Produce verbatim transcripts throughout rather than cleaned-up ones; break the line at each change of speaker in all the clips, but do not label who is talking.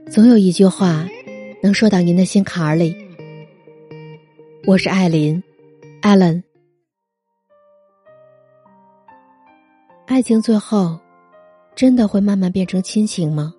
总有一句话能说到您的心坎儿里。我是艾琳 Allen。 爱情最后真的会慢慢变成亲情吗？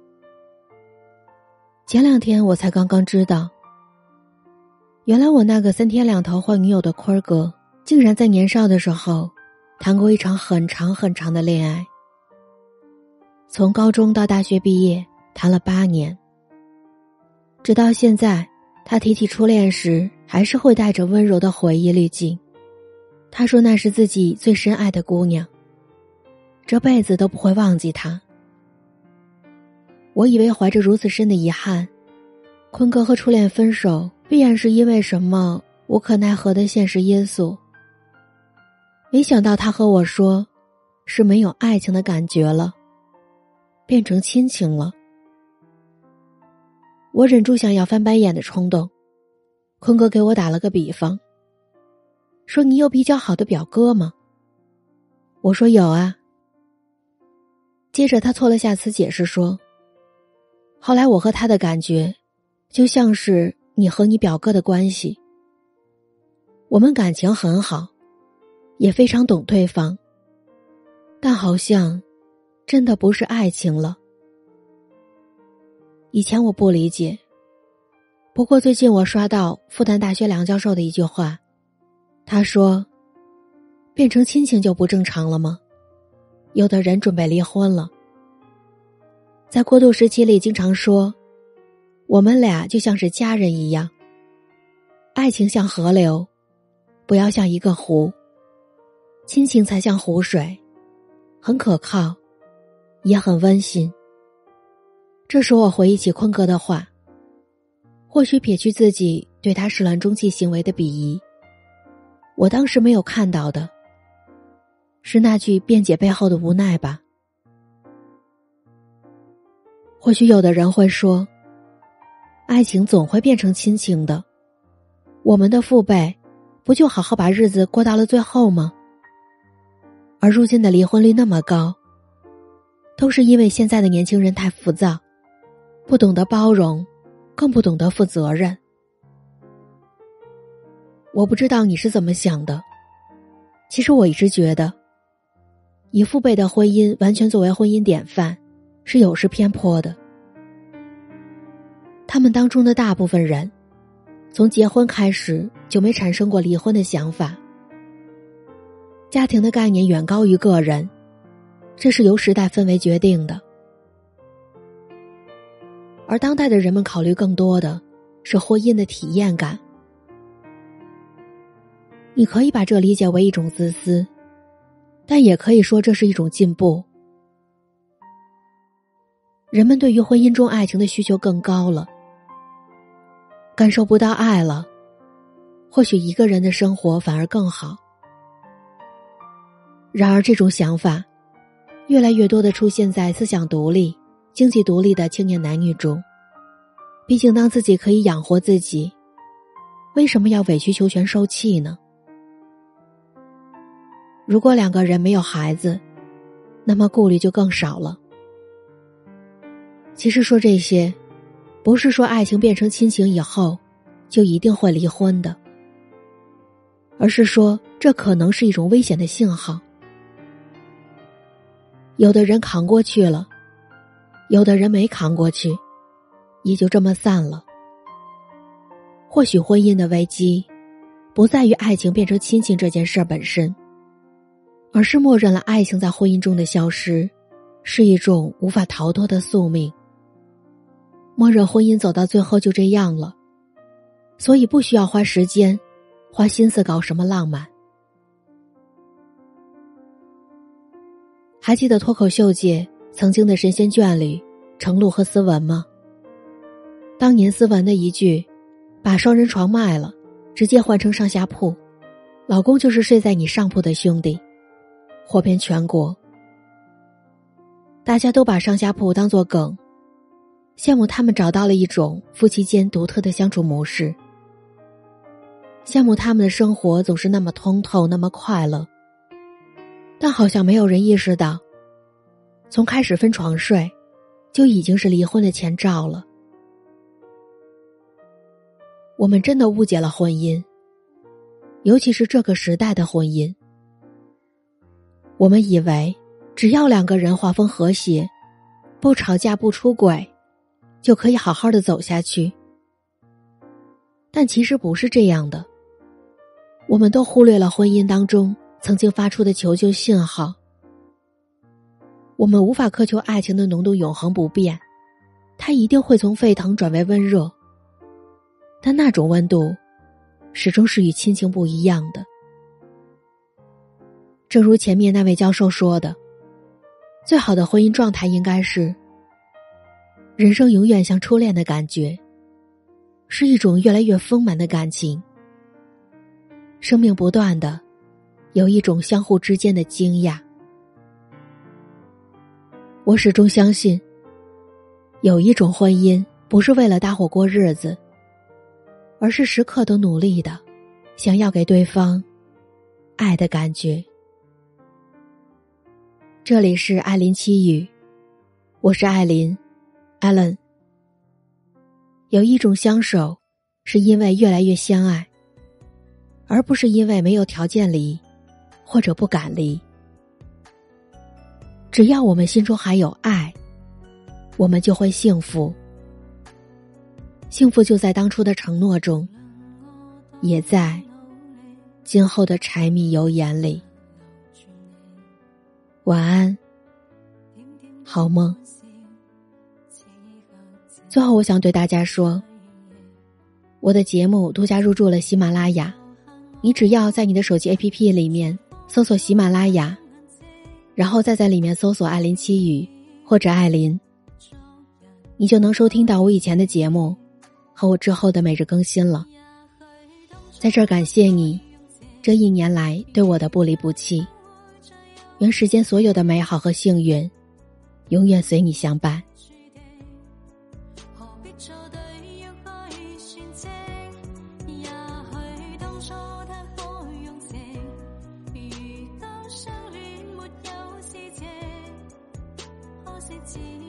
前两天我才刚刚知道，原来我那个三天两头换女友的坤儿哥，竟然在年少的时候谈过一场很长很长的恋爱，从高中到大学毕业谈了八年。直到现在，他提起初恋时还是会带着温柔的回忆滤镜。他说那是自己最深爱的姑娘，这辈子都不会忘记她。我以为怀着如此深的遗憾，坤哥和初恋分手必然是因为什么无可奈何的现实因素，没想到他和我说是没有爱情的感觉了，变成亲情了。我忍住想要翻白眼的冲动，坤哥给我打了个比方，说你有比较好的表哥吗？我说有啊。接着他错了下词解释说，后来我和他的感觉就像是你和你表哥的关系，我们感情很好，也非常懂对方，但好像真的不是爱情了。以前我不理解，不过最近我刷到复旦大学梁教授的一句话，他说变成亲情就不正常了吗？有的人准备离婚了。在过渡时期里经常说，我们俩就像是家人一样，爱情像河流，不要像一个湖，亲情才像湖水，很可靠，也很温馨。这时我回忆起坤哥的话，或许撇去自己对他始乱终弃行为的鄙夷，我当时没有看到的是那句辩解背后的无奈吧。或许有的人会说，爱情总会变成亲情的，我们的父辈不就好好把日子过到了最后吗？而如今的离婚率那么高，都是因为现在的年轻人太浮躁，不懂得包容，更不懂得负责任。我不知道你是怎么想的，其实我一直觉得，以父辈的婚姻完全作为婚姻典范，是有失偏颇的。他们当中的大部分人，从结婚开始就没产生过离婚的想法。家庭的概念远高于个人，这是由时代氛围决定的。而当代的人们考虑更多的是婚姻的体验感。你可以把这理解为一种自私，但也可以说这是一种进步。人们对于婚姻中爱情的需求更高了，感受不到爱了，或许一个人的生活反而更好。然而这种想法越来越多地出现在思想独立、经济独立的青年男女中。毕竟当自己可以养活自己，为什么要委曲求全受气呢？如果两个人没有孩子，那么顾虑就更少了。其实说这些，不是说爱情变成亲情以后就一定会离婚的，而是说这可能是一种危险的信号。有的人扛过去了，有的人没扛过去，也就这么散了。或许婚姻的危机不在于爱情变成亲情这件事本身，而是默认了爱情在婚姻中的消失是一种无法逃脱的宿命，默认婚姻走到最后就这样了，所以不需要花时间花心思搞什么浪漫。还记得脱口秀界曾经的神仙眷侣程璐和思文吗？当年思文的一句把双人床卖了，直接换成上下铺，老公就是睡在你上铺的兄弟，火遍全国。大家都把上下铺当作梗，羡慕他们找到了一种夫妻间独特的相处模式，羡慕他们的生活总是那么通透，那么快乐。但好像没有人意识到，从开始分床睡就已经是离婚的前兆了。 我们真的误解了婚姻，尤其是这个时代的婚姻。我们以为只要两个人hòa风和谐，不吵架不出轨，就可以好好的走下去。但其实不是这样的，我们都忽略了婚姻当中曾经发出的求救信号。我们无法苛求爱情的浓度永恒不变，它一定会从沸腾转为温热，但那种温度始终是与亲情不一样的。正如前面那位教授说的，最好的婚姻状态应该是人生永远像初恋的感觉，是一种越来越丰满的感情，生命不断的有一种相互之间的惊讶。我始终相信，有一种婚姻不是为了搭伙过日子，而是时刻都努力的想要给对方爱的感觉。这里是艾琳七语，我是艾琳 Allen。 有一种相守是因为越来越相爱，而不是因为没有条件离或者不敢离。只要我们心中还有爱，我们就会幸福。幸福就在当初的承诺中，也在今后的柴米油盐里。晚安，好梦。最后我想对大家说，我的节目独家入驻了喜马拉雅，你只要在你的手机 A P P 里面搜索喜马拉雅，然后再在里面搜索艾琳七语或者艾琳，你就能收听到我以前的节目和我之后的每日更新了。在这儿感谢你这一年来对我的不离不弃，愿世间所有的美好和幸运永远随你相伴。
自